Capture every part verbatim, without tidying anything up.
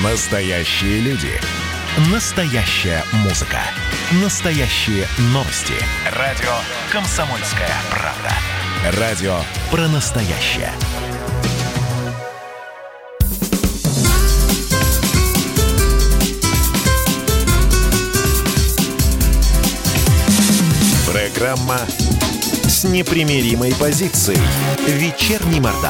Настоящие люди. Настоящая музыка. Настоящие новости. Радио «Комсомольская правда». Радио про настоящее. Программа с непримиримой позицией. Вечерний Мордан.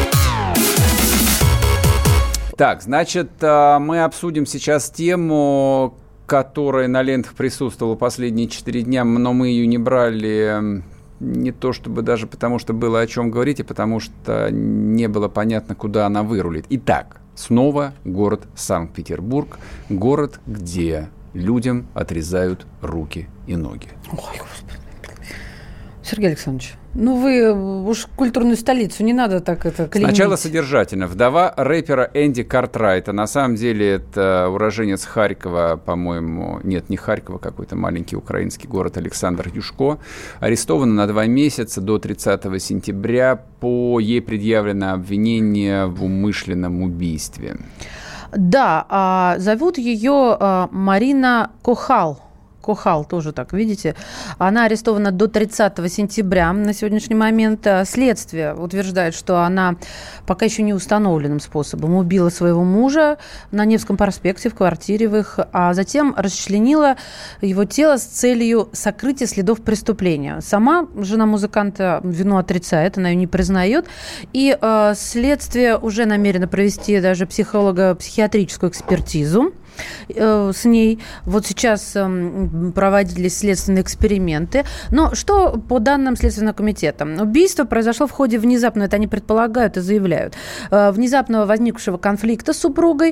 Так, значит, мы обсудим сейчас тему, которая на лентах присутствовала последние четыре дня, но мы ее не брали не то чтобы даже потому, что было о чем говорить, а потому что не было понятно, куда она вырулит. Итак, снова город Санкт-Петербург, город, где людям отрезают руки и ноги. Ой, Господи. Сергей Александрович, ну вы уж культурную столицу, не надо так это клеймить. Сначала содержательно. Вдова рэпера Энди Картрайта, на самом деле это уроженец Харькова, по-моему, нет, не Харькова, какой-то маленький украинский город, Александр Юшко, арестована на два месяца до тридцатого сентября. По ей предъявлено обвинение в умышленном убийстве. Да, а, зовут ее а, Марина Кохал. Кохал тоже так, видите. Она арестована до тридцатого сентября на сегодняшний момент. Следствие утверждает, что она пока еще не установленным способом убила своего мужа на Невском проспекте в квартире в их, а затем расчленила его тело с целью сокрытия следов преступления. Сама жена музыканта вину отрицает, она ее не признает. И э, следствие уже намерено провести даже психолого-психиатрическую экспертизу с ней. Вот сейчас проводились следственные эксперименты. Но что по данным Следственного комитета? Убийство произошло в ходе внезапного, это они предполагают и заявляют, внезапного возникшего конфликта с супругой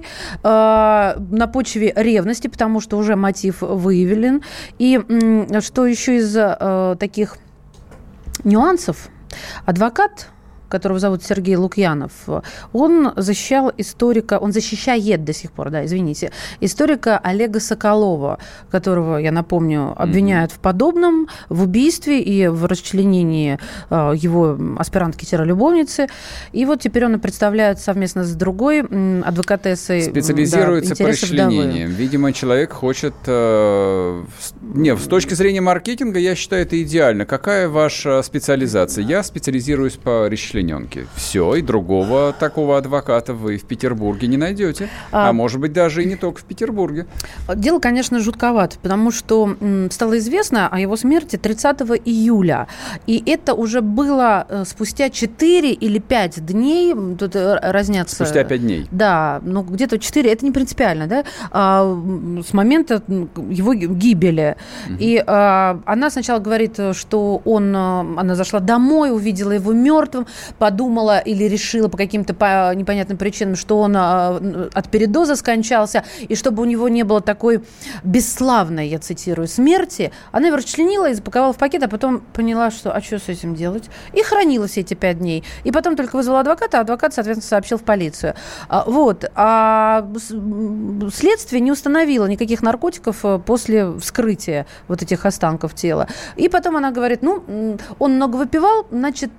на почве ревности, потому что уже мотив выявлен. И что еще из таких нюансов? Адвокат, которого зовут Сергей Лукьянов, он защищал историка, он защищает до сих пор, да, извините, историка Олега Соколова, которого, я напомню, обвиняют mm-hmm. в подобном, в убийстве и в расчленении э, его аспирантки-любовницы. И вот теперь он представляет совместно с другой м, адвокатессой. Специализируется да, по расчленениям. Видимо, человек хочет... Э, не, с точки зрения маркетинга, я считаю, это идеально. Какая ваша специализация? Я специализируюсь по расчленению. Все, и другого такого адвоката вы в Петербурге не найдете. А, а может быть, даже и не только в Петербурге. Дело, конечно, жутковато, потому что м, стало известно о его смерти тридцатого июля. И это уже было спустя четыре или пять дней. Тут разнятся... Спустя пять дней. Да, ну где-то четыре, это не принципиально, да? А, с момента его гибели. Угу. И а, она сначала говорит, что он... Она зашла домой, увидела его мертвым, подумала или решила по каким-то по непонятным причинам, что он от передоза скончался, и чтобы у него не было такой бесславной, я цитирую, смерти, она его расчленила и запаковала в пакет, а потом поняла, что а что с этим делать? И хранила все эти пять дней. И потом только вызвала адвоката, а адвокат, соответственно, сообщил в полицию. Вот. А следствие не установило никаких наркотиков после вскрытия вот этих останков тела. И потом она говорит, ну, он много выпивал, значит,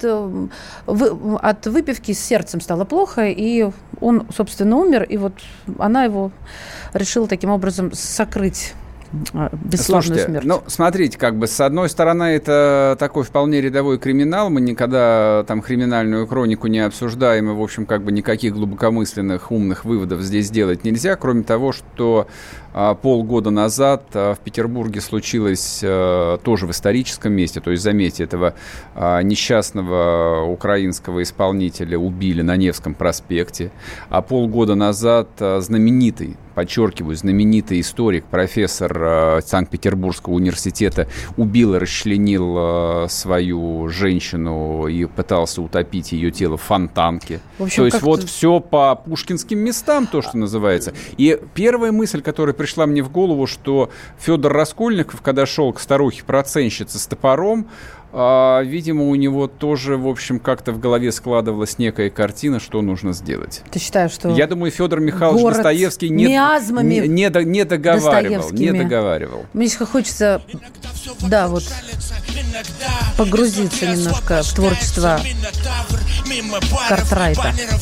от выпивки с сердцем стало плохо, и он, собственно, умер, и вот она его решила таким образом сокрыть. Бесславную смерть. Ну, смотрите, как бы, с одной стороны, это такой вполне рядовой криминал, мы никогда там криминальную хронику не обсуждаем, и, в общем, как бы никаких глубокомысленных, умных выводов здесь делать нельзя, кроме того, что а, полгода назад а, в Петербурге случилось а, тоже в историческом месте, то есть, заметьте, этого а, несчастного украинского исполнителя убили на Невском проспекте, а полгода назад а, знаменитый, подчеркиваю, знаменитый историк, профессор э, Санкт-Петербургского университета убил и расчленил э, свою женщину и пытался утопить ее тело в фонтанке. В общем, то есть вот все по пушкинским местам, то, что называется. И первая мысль, которая пришла мне в голову, что Федор Раскольников, когда шел к старухе-процентщице с топором, А, видимо, у него тоже, в общем, как-то в голове складывалась некая картина, что нужно сделать. Ты считаешь, что... Я думаю, Федор Михайлович Достоевский не, не, не, до, не договаривал. Не договаривал. Мне еще хочется, да, вот, погрузиться немножко в творчество Картрайта.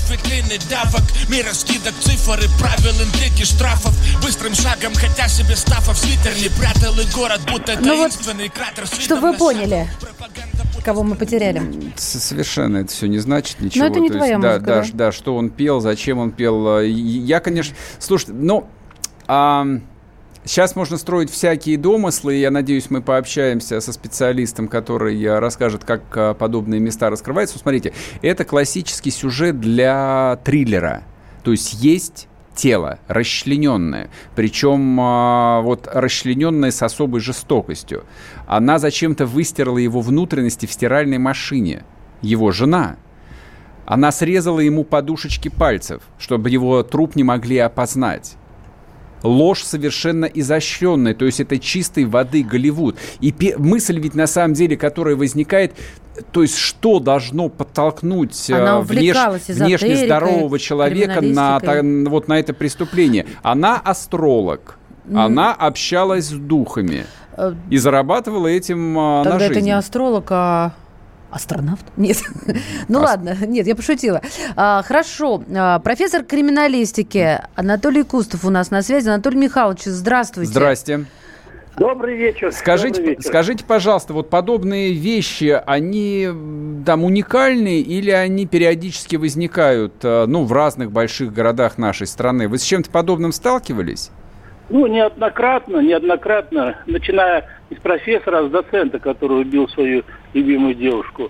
Мира скидок, цифр и правил, интриги, штрафов. Быстрым шагом, хотя себе стафа в свитер не прятал, и город будто таинственный кратер. Чтобы вы поняли, кого мы потеряли. Совершенно это все не значит ничего. Но это не То твоя есть, музыка, да, да? да, да, что он пел, зачем он пел. Я, конечно... Слушайте, ну... А... Сейчас можно строить всякие домыслы, и я надеюсь, мы пообщаемся со специалистом, который расскажет, как подобные места раскрываются. Смотрите, это классический сюжет для триллера. То есть есть тело расчлененное, причем вот расчлененное с особой жестокостью. Она зачем-то выстирала его внутренности в стиральной машине. Его жена. Она срезала ему подушечки пальцев, чтобы его труп не могли опознать. Ложь совершенно изощренная, то есть это чистой воды Голливуд. И пе- мысль ведь на самом деле, которая возникает, то есть что должно подтолкнуть э, внеш- внешне здорового человека на, та, вот, на это преступление. Она астролог, mm. она общалась с духами uh, и зарабатывала этим э, тогда на жизнь. Это не астролог, а... Астронавт? Нет. Ну Ас... ладно, нет, я пошутила. А, хорошо. А, профессор криминалистики Анатолий Кустов у нас на связи. Анатолий Михайлович, здравствуйте. Здрасте. Добрый вечер. Скажите, Добрый вечер. скажите, пожалуйста, вот подобные вещи, они там уникальны или они периодически возникают, ну, в разных больших городах нашей страны? Вы с чем-то подобным сталкивались? Ну, неоднократно, неоднократно, начиная из профессора, с доцента, который убил свою любимую девушку.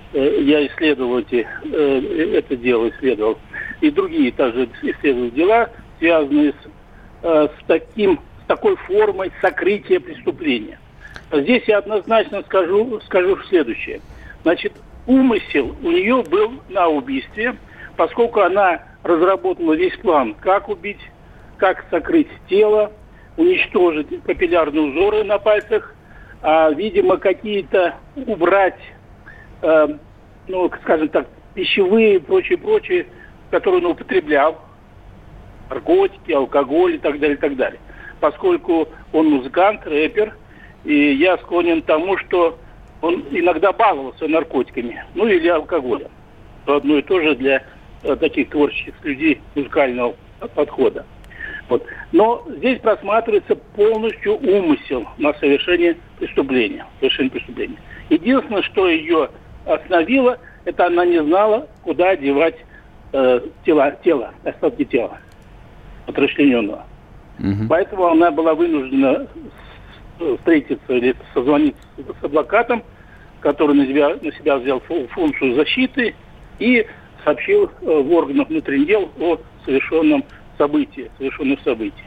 Я исследовал эти, это дело, исследовал. И другие также исследовал дела, связанные с, с, таким, с такой формой сокрытия преступления. Здесь я однозначно скажу, скажу следующее. Значит, умысел у нее был на убийстве, поскольку она разработала весь план, как убить, как сокрыть тело, уничтожить папиллярные узоры на пальцах, а, видимо, какие-то убрать, э, ну, скажем так, пищевые и прочее, прочее, которые он употреблял, наркотики, алкоголь и так далее, и так далее. Поскольку он музыкант, рэпер, и я склонен к тому, что он иногда баловался наркотиками, ну или алкоголем. Одно и то же для э, таких творческих людей музыкального подхода. Вот. Но здесь просматривается полностью умысел на совершение преступления. Совершение преступления. Единственное, что ее остановило, это она не знала, куда девать э, тело, тело, остатки тела от расчлененного. Угу. Поэтому она была вынуждена встретиться или созвониться с адвокатом, который на себя, на себя взял функцию защиты и сообщил э, в органах внутренних дел о совершенном событии, совершенном событии.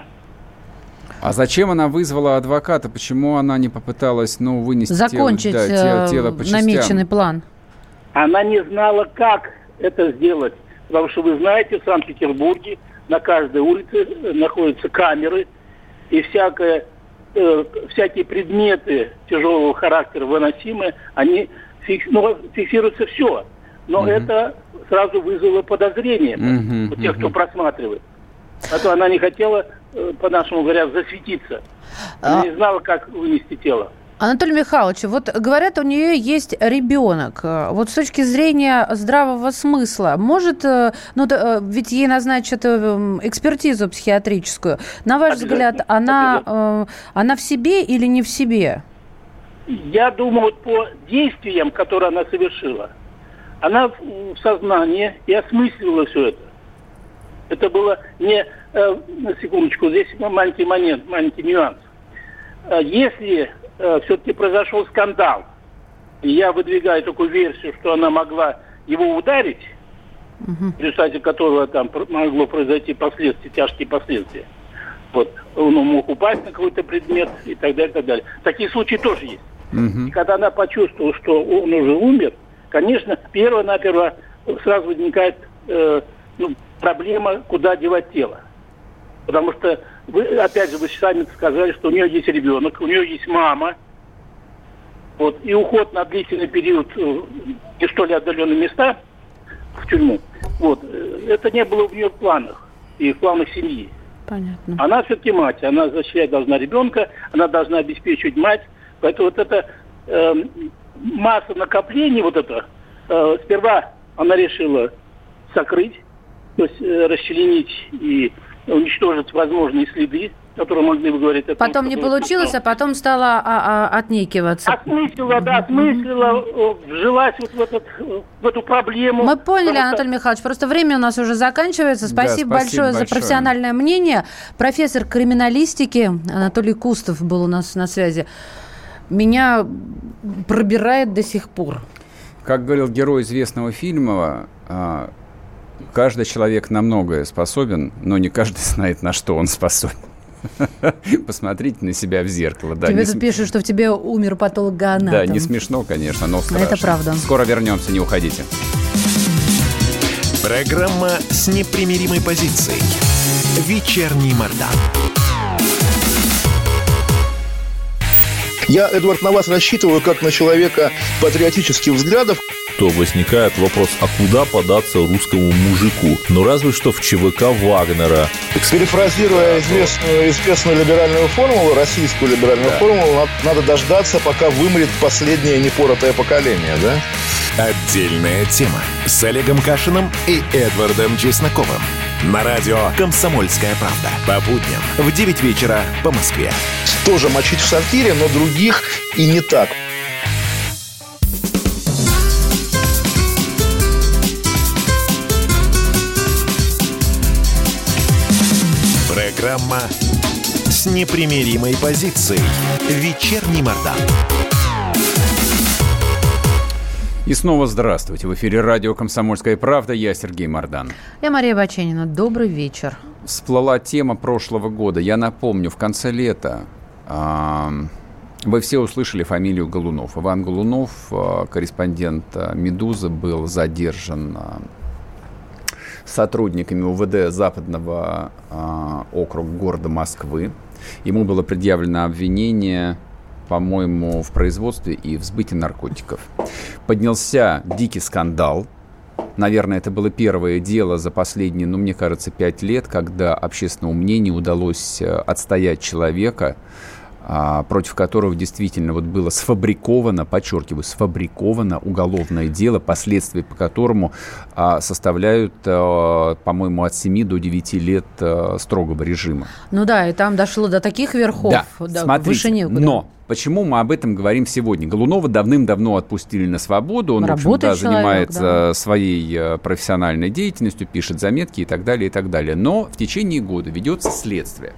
А зачем она вызвала адвоката? Почему она не попыталась, ну, вынести закончить тело, да, тело, тело по частям? Намеченный план? Она не знала, как это сделать. Потому что вы знаете, в Санкт-Петербурге на каждой улице находятся камеры, и всякое, э, всякие предметы тяжелого характера выносимые, они фикс, ну, фиксируется все. Но угу. это сразу вызвало подозрение угу, у тех, кто угу. просматривает. А то она не хотела, по-нашему говоря, засветиться. Она а... не знала, как вынести тело. Анатолий Михайлович, вот говорят, у нее есть ребенок. Вот с точки зрения здравого смысла, может, ну, ведь ей назначат экспертизу психиатрическую. На ваш взгляд, она, она в себе или не в себе? Я думаю, вот по действиям, которые она совершила, она в сознании и осмыслила все это. Это было не, э, на секундочку, здесь маленький момент, маленький нюанс. Э, если э, все-таки произошел скандал, и я выдвигаю такую версию, что она могла его ударить, uh-huh. в результате которого там могло произойти последствия, тяжкие последствия. Вот, он мог упасть на какой-то предмет и так далее, и так далее. Такие случаи тоже есть. Uh-huh. И когда она почувствовала, что он уже умер, конечно, перво-наперво сразу возникает э, ну, проблема, куда девать тело. Потому что, вы, опять же, вы сами сказали, что у нее есть ребенок, у нее есть мама. Вот, и уход на длительный период в столь отдаленные места, в тюрьму, вот, это не было в ее планах и в планах семьи. Понятно. Она все-таки мать, она защищать должна ребенка, она должна обеспечивать мать. Поэтому вот эта э, масса накоплений, вот это, э, сперва она решила сокрыть, то есть э, расчленить и уничтожить возможные следы, которые могли бы говорить о том, потом не получилось, а потом стала а, а, отнекиваться. Осмыслила, да, осмыслила, вжилась вот в, этот, в эту проблему. Мы поняли, Потому Анатолий что... Михайлович, просто время у нас уже заканчивается. Спасибо, да, спасибо большое, большое за профессиональное мнение. Профессор криминалистики Анатолий Кустов был у нас на связи. Меня пробирает до сих пор. Как говорил герой известного фильма, каждый человек на многое способен, но не каждый знает, на что он способен. Посмотрите на себя в зеркало. Да, тебе тут см... пишут, что в тебе умер патологоанатом. Да, не смешно, конечно, но страшно. Это правда. Скоро вернемся, не уходите. Программа с непримиримой позицией. Вечерний Мардан. Я, Эдвард, на вас рассчитываю как на человека патриотических взглядов. То возникает вопрос, а куда податься русскому мужику? Ну, разве что в ЧВК Вагнера. Перефразируя известную, известную либеральную формулу, российскую либеральную да. формулу, надо, надо дождаться, пока вымрет последнее непоротое поколение, да? Отдельная тема с Олегом Кашиным и Эдвардом Чесноковым. На радио «Комсомольская правда». По будням в девять вечера по Москве. Тоже мочить в сортире, но других и не так. Программа с непримиримой позицией. Вечерний Мардан. И снова здравствуйте. В эфире радио «Комсомольская правда». Я Сергей Мардан. Я Мария Баченина. Добрый вечер. Всплыла тема прошлого года. Я напомню, в конце лета э, вы все услышали фамилию Голунов. Иван Голунов, э, корреспондент «Медузы», был задержан э, сотрудниками УВД Западного э, округа города Москвы. Ему было предъявлено обвинение, по-моему, в производстве и в сбыте наркотиков. Поднялся дикий скандал. Наверное, это было первое дело за последние, ну, мне кажется, пять лет, когда общественному мнению удалось отстоять человека, против которого действительно вот было сфабриковано, подчеркиваю, сфабриковано уголовное дело, последствия по которому составляют, по-моему, от семи до девяти лет строгого режима. Ну да, и там дошло до таких верхов, да, да, смотрите, выше некуда. Но почему мы об этом говорим сегодня? Голунова давным-давно отпустили на свободу, он, Работает в общем, да, человек, занимается да. своей профессиональной деятельностью, пишет заметки и так далее, и так далее. Но в течение года ведется следствие.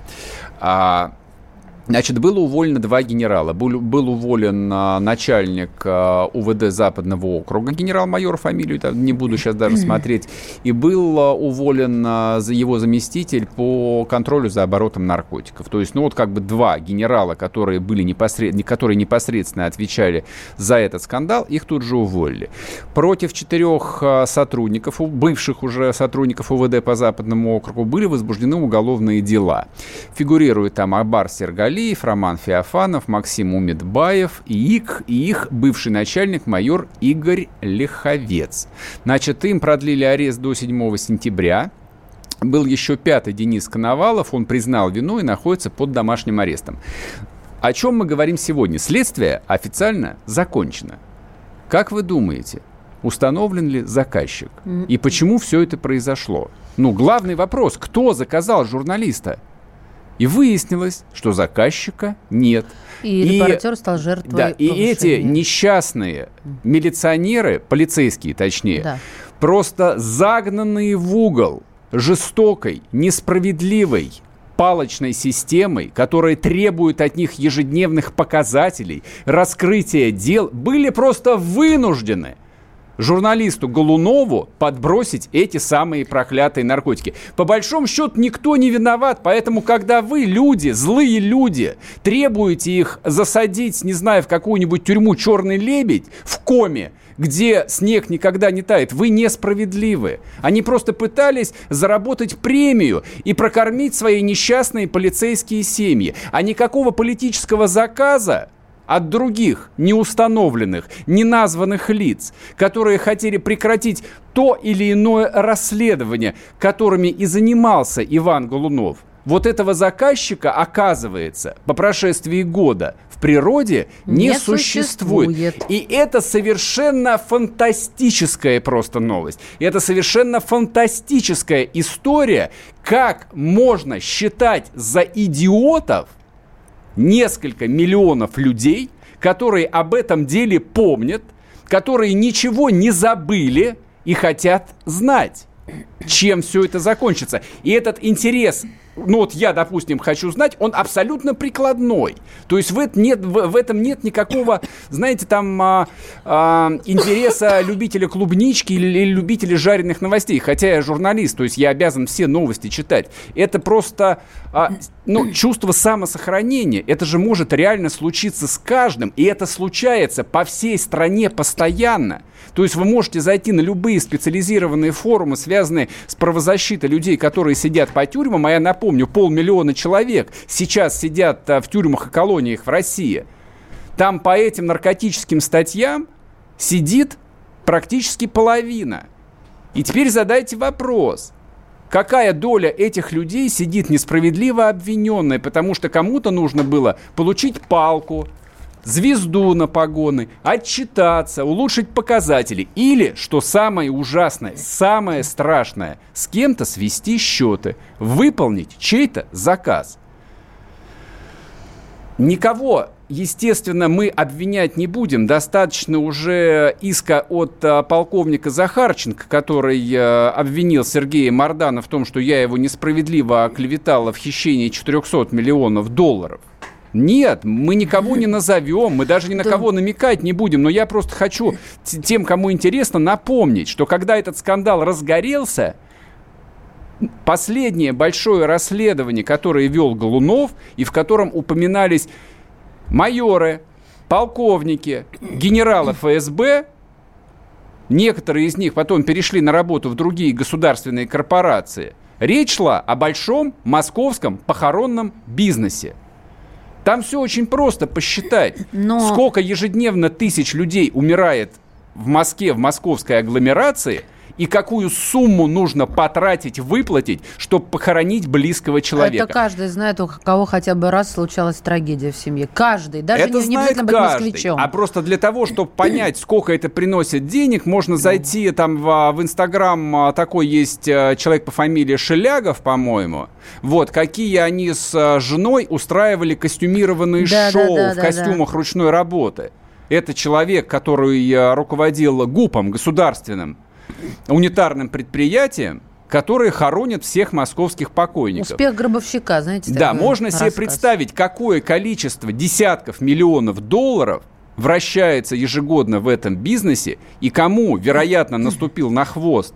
А, Значит, было уволено два генерала. Был, был уволен а, начальник а, УВД Западного округа, генерал-майор, фамилию там, не буду сейчас даже смотреть, и был а, уволен а, за его заместитель по контролю за оборотом наркотиков. То есть, ну вот как бы два генерала, которые, были непосред... которые непосредственно отвечали за этот скандал, их тут же уволили. Против четырех а, сотрудников, бывших уже сотрудников УВД по Западному округу, были возбуждены уголовные дела. Фигурирует там Абар Сергалиев, Роман Феофанов, Максим Умедбаев и их, и их бывший начальник майор Игорь Лиховец. Значит, им продлили арест до седьмого сентября. Был еще пятый Денис Коновалов, он признал вину и находится под домашним арестом. О чем мы говорим сегодня? Следствие официально закончено. Как вы думаете, установлен ли заказчик? И почему все это произошло? Ну, главный вопрос, кто заказал журналиста? И выяснилось, что заказчика нет. И, и репортер стал жертвой да, и эти несчастные милиционеры, полицейские точнее, да. просто загнанные в угол жестокой, несправедливой палочной системой, которая требует от них ежедневных показателей, раскрытия дел, были просто вынуждены журналисту Голунову подбросить эти самые проклятые наркотики. По большому счету никто не виноват, поэтому когда вы, люди, злые люди, требуете их засадить, не знаю, в какую-нибудь тюрьму «Черный лебедь» в Коме, где снег никогда не тает, вы несправедливы. Они просто пытались заработать премию и прокормить свои несчастные полицейские семьи. А никакого политического заказа от других неустановленных, неназванных лиц, которые хотели прекратить то или иное расследование, которыми и занимался Иван Голунов. вот этого заказчика, оказывается, по прошествии года в природе не, не существует. существует. И это совершенно фантастическая просто новость. И это совершенно фантастическая история, как можно считать за идиотов несколько миллионов людей, которые об этом деле помнят, которые ничего не забыли и хотят знать, чем все это закончится. И этот интерес, ну вот я, допустим, хочу знать, он абсолютно прикладной. То есть в, это нет, в, в этом нет никакого, знаете, там а, а, интереса любителя клубнички или, или любителя жареных новостей. Хотя я журналист, то есть я обязан все новости читать. Это просто а, ну, чувство самосохранения. Это же может реально случиться с каждым. И это случается по всей стране постоянно. То есть вы можете зайти на любые специализированные форумы, связанные с правозащитой людей, которые сидят по тюрьмам, а я напомню, полмиллиона человек сейчас сидят в тюрьмах и колониях в России. Там по этим наркотическим статьям сидит практически половина. И теперь задайте вопрос. Какая доля этих людей сидит несправедливо обвиненная, потому что кому-то нужно было получить палку, звезду на погоны, отчитаться, улучшить показатели или, что самое ужасное, самое страшное, с кем-то свести счеты, выполнить чей-то заказ. Никого, естественно, мы обвинять не будем. Достаточно уже иска от а, полковника Захарченко, который а, обвинил Сергея Мардана в том, что я его несправедливо оклеветала в хищении четырехсот миллионов долларов. Нет, мы никого не назовем, мы даже ни на кого намекать не будем. Но я просто хочу тем, кому интересно, напомнить, что когда этот скандал разгорелся, последнее большое расследование, которое вел Голунов, и в котором упоминались майоры, полковники, генералы эф эс бэ, некоторые из них потом перешли на работу в другие государственные корпорации, речь шла о большом московском похоронном бизнесе. Там все очень просто посчитать, Но... сколько ежедневно тысяч людей умирает в Москве, в московской агломерации, и какую сумму нужно потратить, выплатить, чтобы похоронить близкого человека. Это каждый знает, у кого хотя бы раз случалась трагедия в семье. Каждый. Даже это не, не обязательно быть москвичом. А просто для того, чтобы понять, сколько это приносит денег, можно зайти там в, в Инстаграм, такой есть человек по фамилии Шелягов, по-моему. Вот, какие они с женой устраивали костюмированные да, шоу да, да, в да, костюмах да. ручной работы. Это человек, который руководил ГУПом, государственным унитарным предприятием, которые хоронят всех московских покойников. Успех гробовщика, знаете. Да, можно рассказ. себе представить, какое количество десятков миллионов долларов вращается ежегодно в этом бизнесе, и кому, вероятно, наступил на хвост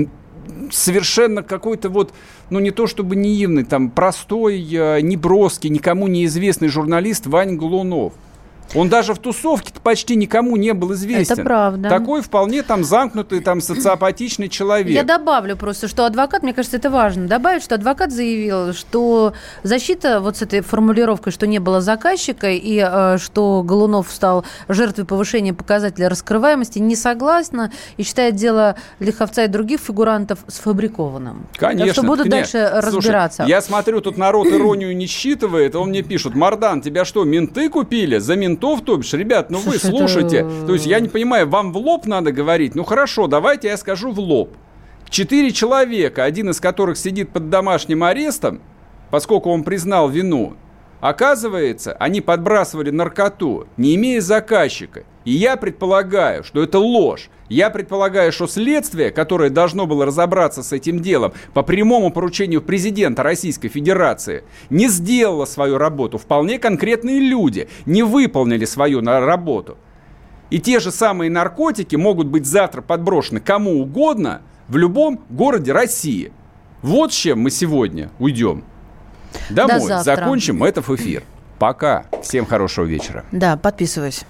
совершенно какой-то вот, ну не то чтобы наивный, там простой, неброский, никому неизвестный журналист Вань Голунов. Он даже в тусовке-то почти никому не был известен. Это правда. Такой вполне там замкнутый, там социопатичный человек. Я добавлю просто, что адвокат, мне кажется, это важно, добавить, что адвокат заявил, что защита вот с этой формулировкой, что не было заказчика, и э, что Голунов стал жертвой повышения показателя раскрываемости, не согласна и считает дело Лиховца и других фигурантов сфабрикованным. Конечно. Так что будут нет. дальше разбираться. Слушай, я смотрю, тут народ иронию не считывает, он мне пишет: Мардан, тебя что, менты купили? За ментов, то бишь, ребят, ну вы Слушай, слушайте. Это... То есть я не понимаю, вам в лоб надо говорить? Ну хорошо, давайте я скажу в лоб. Четыре человека, один из которых сидит под домашним арестом, поскольку он признал вину, оказывается, они подбрасывали наркоту, не имея заказчика. И я предполагаю, что это ложь. Я предполагаю, что следствие, которое должно было разобраться с этим делом по прямому поручению президента Российской Федерации, не сделало свою работу. Вполне конкретные люди не выполнили свою работу. И те же самые наркотики могут быть завтра подброшены кому угодно в любом городе России. Вот с чем мы сегодня уйдем домой. Закончим этот эфир. Пока. Всем хорошего вечера. Да, подписываюсь.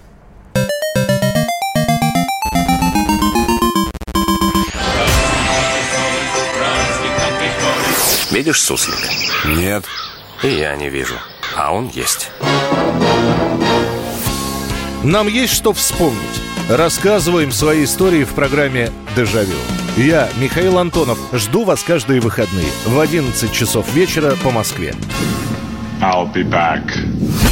Видишь суслика? Нет. И я не вижу. А он есть. Нам есть что вспомнить. Рассказываем свои истории в программе «Дежавю». Я, Михаил Антонов, жду вас каждые выходные в одиннадцать часов вечера по Москве. I'll be back.